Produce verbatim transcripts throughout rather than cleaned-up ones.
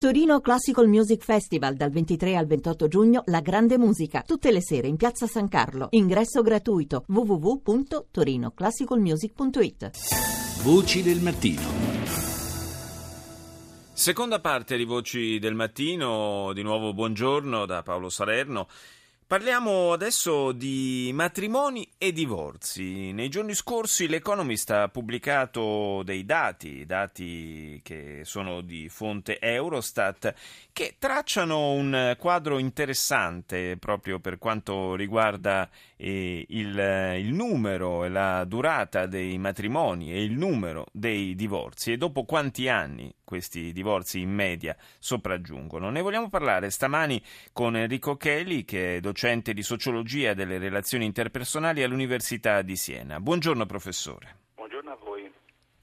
Torino Classical Music Festival dal ventitré al ventotto giugno, la grande musica, tutte le sere in Piazza San Carlo. Ingresso gratuito w w w punto torino classical music punto it. Voci del mattino. Seconda parte di Voci del Mattino, di nuovo buongiorno da Paolo Salerno. Parliamo adesso di matrimoni e divorzi. Nei giorni scorsi l'Economist ha pubblicato dei dati, dati che sono di fonte Eurostat, che tracciano un quadro interessante proprio per quanto riguarda eh, il, il numero e la durata dei matrimoni e il numero dei divorzi e dopo quanti anni questi divorzi in media sopraggiungono. Ne vogliamo parlare stamani con Enrico Cheli, che è docente di sociologia delle relazioni interpersonali all'Università di Siena. Buongiorno professore. Buongiorno a voi.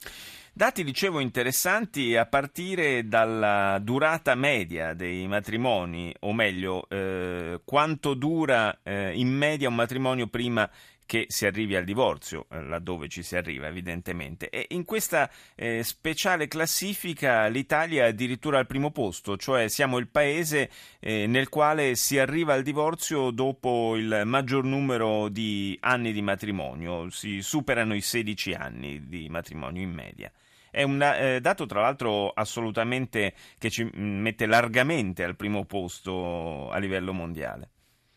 Dati, dicevo, interessanti a partire dalla durata media dei matrimoni, o meglio, eh, quanto dura eh, in media un matrimonio prima che si arrivi al divorzio, eh, laddove ci si arriva evidentemente. E in questa eh, speciale classifica l'Italia è addirittura al primo posto, cioè siamo il paese eh, nel quale si arriva al divorzio dopo il maggior numero di anni di matrimonio, si superano i sedici anni di matrimonio in media. È un eh, dato tra l'altro assolutamente che ci mette largamente al primo posto a livello mondiale.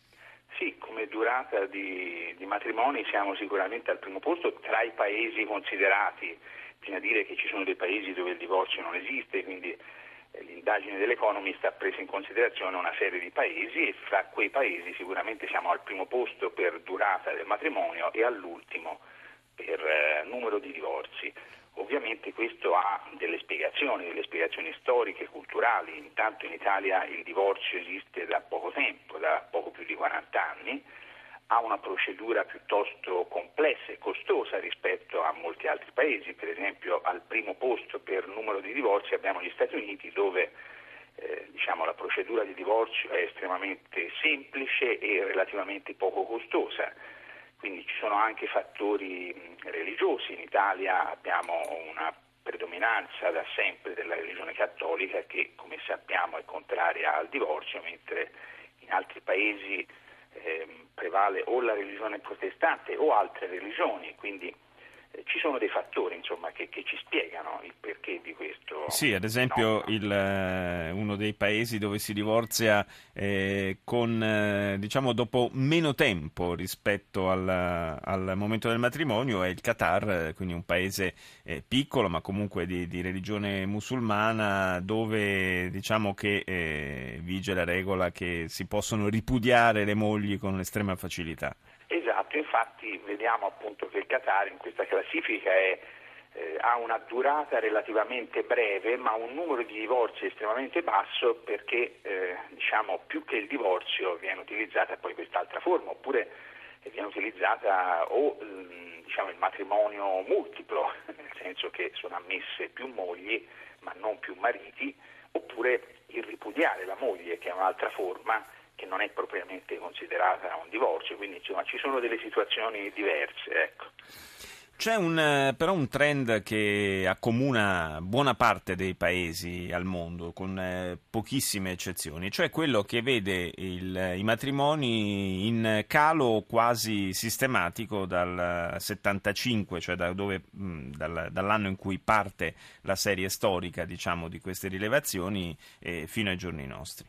Sì, come durata di, di matrimoni siamo sicuramente al primo posto tra i paesi considerati. Bisogna dire che ci sono dei paesi dove il divorzio non esiste, quindi eh, l'indagine dell'Economist ha preso in considerazione una serie di paesi e fra quei paesi sicuramente siamo al primo posto per durata del matrimonio e all'ultimo per eh, numero di divorzi. Ovviamente questo ha delle spiegazioni, delle spiegazioni storiche, culturali. Intanto in Italia il divorzio esiste da poco tempo, da poco più di quaranta anni, ha una procedura piuttosto complessa e costosa rispetto a molti altri paesi. Per esempio al primo posto per numero di divorzi abbiamo gli Stati Uniti, dove eh, diciamo, la procedura di divorzio è estremamente semplice e relativamente poco costosa. Quindi ci sono anche fattori religiosi. In Italia abbiamo una predominanza da sempre della religione cattolica che, come sappiamo, è contraria al divorzio, mentre in altri paesi eh, prevale o la religione protestante o altre religioni. Quindi eh, ci sono dei fattori, insomma, che, che ci spiegano il perché di questo. Sì, ad esempio il, eh, uno dei paesi dove si divorzia eh, con eh, diciamo dopo meno tempo rispetto al, al momento del matrimonio è il Qatar, quindi un paese eh, piccolo ma comunque di, di religione musulmana, dove diciamo che eh, vige la regola che si possono ripudiare le mogli con estrema facilità. Esatto, infatti vediamo appunto che il Qatar in questa classifica è, eh, ha una durata relativamente breve ma un numero di divorzi estremamente basso, perché eh, diciamo più che il divorzio viene utilizzata poi quest'altra forma, oppure viene utilizzata o diciamo il matrimonio multiplo, nel senso che sono ammesse più mogli ma non più mariti, oppure il ripudiare la moglie, che è un'altra forma che non è propriamente considerata un divorzio. Quindi insomma ci sono delle situazioni diverse, ecco. C'è un, però un trend che accomuna buona parte dei paesi al mondo, con eh, pochissime eccezioni, cioè quello che vede il, i matrimoni in calo quasi sistematico dal settantacinque, cioè da dove, mh, dal, dall'anno in cui parte la serie storica, diciamo, di queste rilevazioni, eh, fino ai giorni nostri.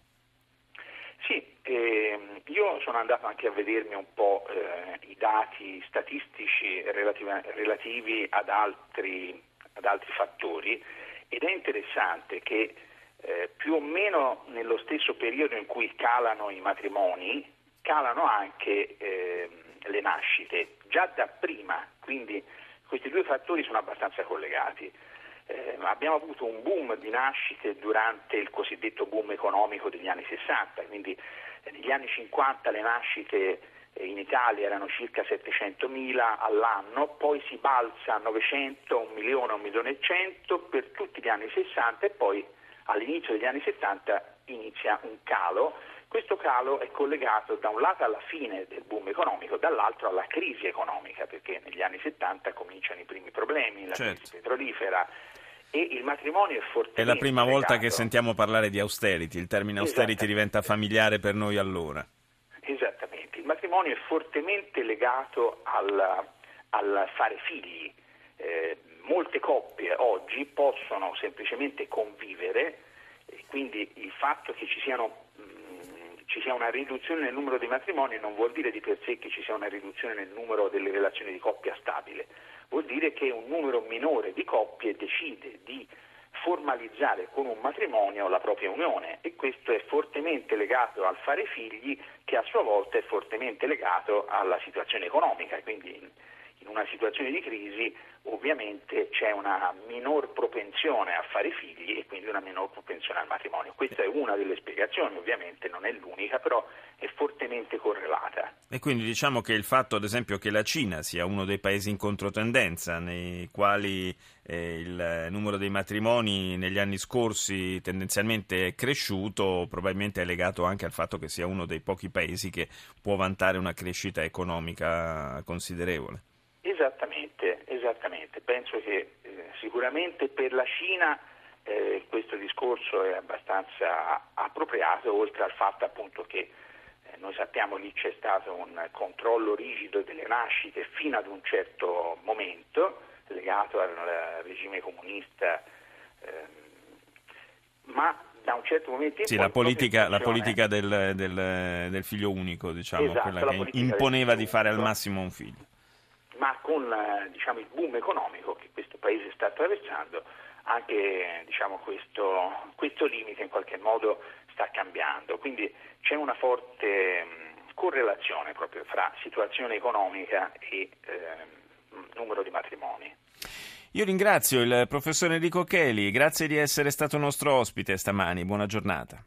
Eh, io sono andato anche a vedermi un po' eh, i dati statistici relativi, relativi ad, altri, ad altri fattori, ed è interessante che eh, più o meno nello stesso periodo in cui calano i matrimoni, calano anche eh, le nascite, già da prima, quindi questi due fattori sono abbastanza collegati. Eh, abbiamo avuto un boom di nascite durante il cosiddetto boom economico degli anni sessanta, quindi negli anni cinquanta le nascite in Italia erano circa settecentomila all'anno, poi si balza a novecento, un milione, un milione e cento per tutti gli anni sessanta, e poi all'inizio degli anni settanta inizia un calo. Questo calo è collegato da un lato alla fine del boom economico, dall'altro alla crisi economica, perché negli anni settanta cominciano i primi problemi, la certo. crisi petrolifera, e il matrimonio è fortemente È la prima volta legato. che sentiamo parlare di austerity, il termine austerity diventa familiare per noi allora. Esattamente, il matrimonio è fortemente legato al, al fare figli. Eh, molte coppie oggi possono semplicemente convivere, e quindi il fatto che ci siano mh, ci sia una riduzione nel numero dei matrimoni non vuol dire di per sé che ci sia una riduzione nel numero delle relazioni di coppia stabile, vuol dire che un numero minore di coppie decide di formalizzare con un matrimonio la propria unione, e questo è fortemente legato al fare figli, che a sua volta è fortemente legato alla situazione economica. Quindi in, in una situazione di crisi ovviamente c'è una minor propensione a fare figli e quindi una minor propensione al matrimonio. Questa è una delle spiegazioni, ovviamente non è l'unica, però è fortemente correlata. E quindi diciamo che il fatto, ad esempio, che la Cina sia uno dei paesi in controtendenza, nei quali eh, il numero dei matrimoni negli anni scorsi tendenzialmente è cresciuto, probabilmente è legato anche al fatto che sia uno dei pochi paesi che può vantare una crescita economica considerevole. Esattamente, esattamente. Penso che eh, sicuramente per la Cina eh, questo discorso è abbastanza appropriato, oltre al fatto appunto che eh, noi sappiamo lì c'è stato un controllo rigido delle nascite fino ad un certo momento, legato al regime comunista, ehm, ma da un certo momento in sì, poi la politica, la funzione... politica del, del, del figlio unico, diciamo, Esatto, quella che politica imponeva del di fare al figlio. massimo un figlio. Ma con diciamo, il boom economico che questo paese sta attraversando, anche diciamo, questo, questo limite in qualche modo sta cambiando. Quindi c'è una forte mh, correlazione proprio fra situazione economica e eh, numero di matrimoni. Io ringrazio il professor Enrico Cheli, grazie di essere stato nostro ospite stamani, buona giornata.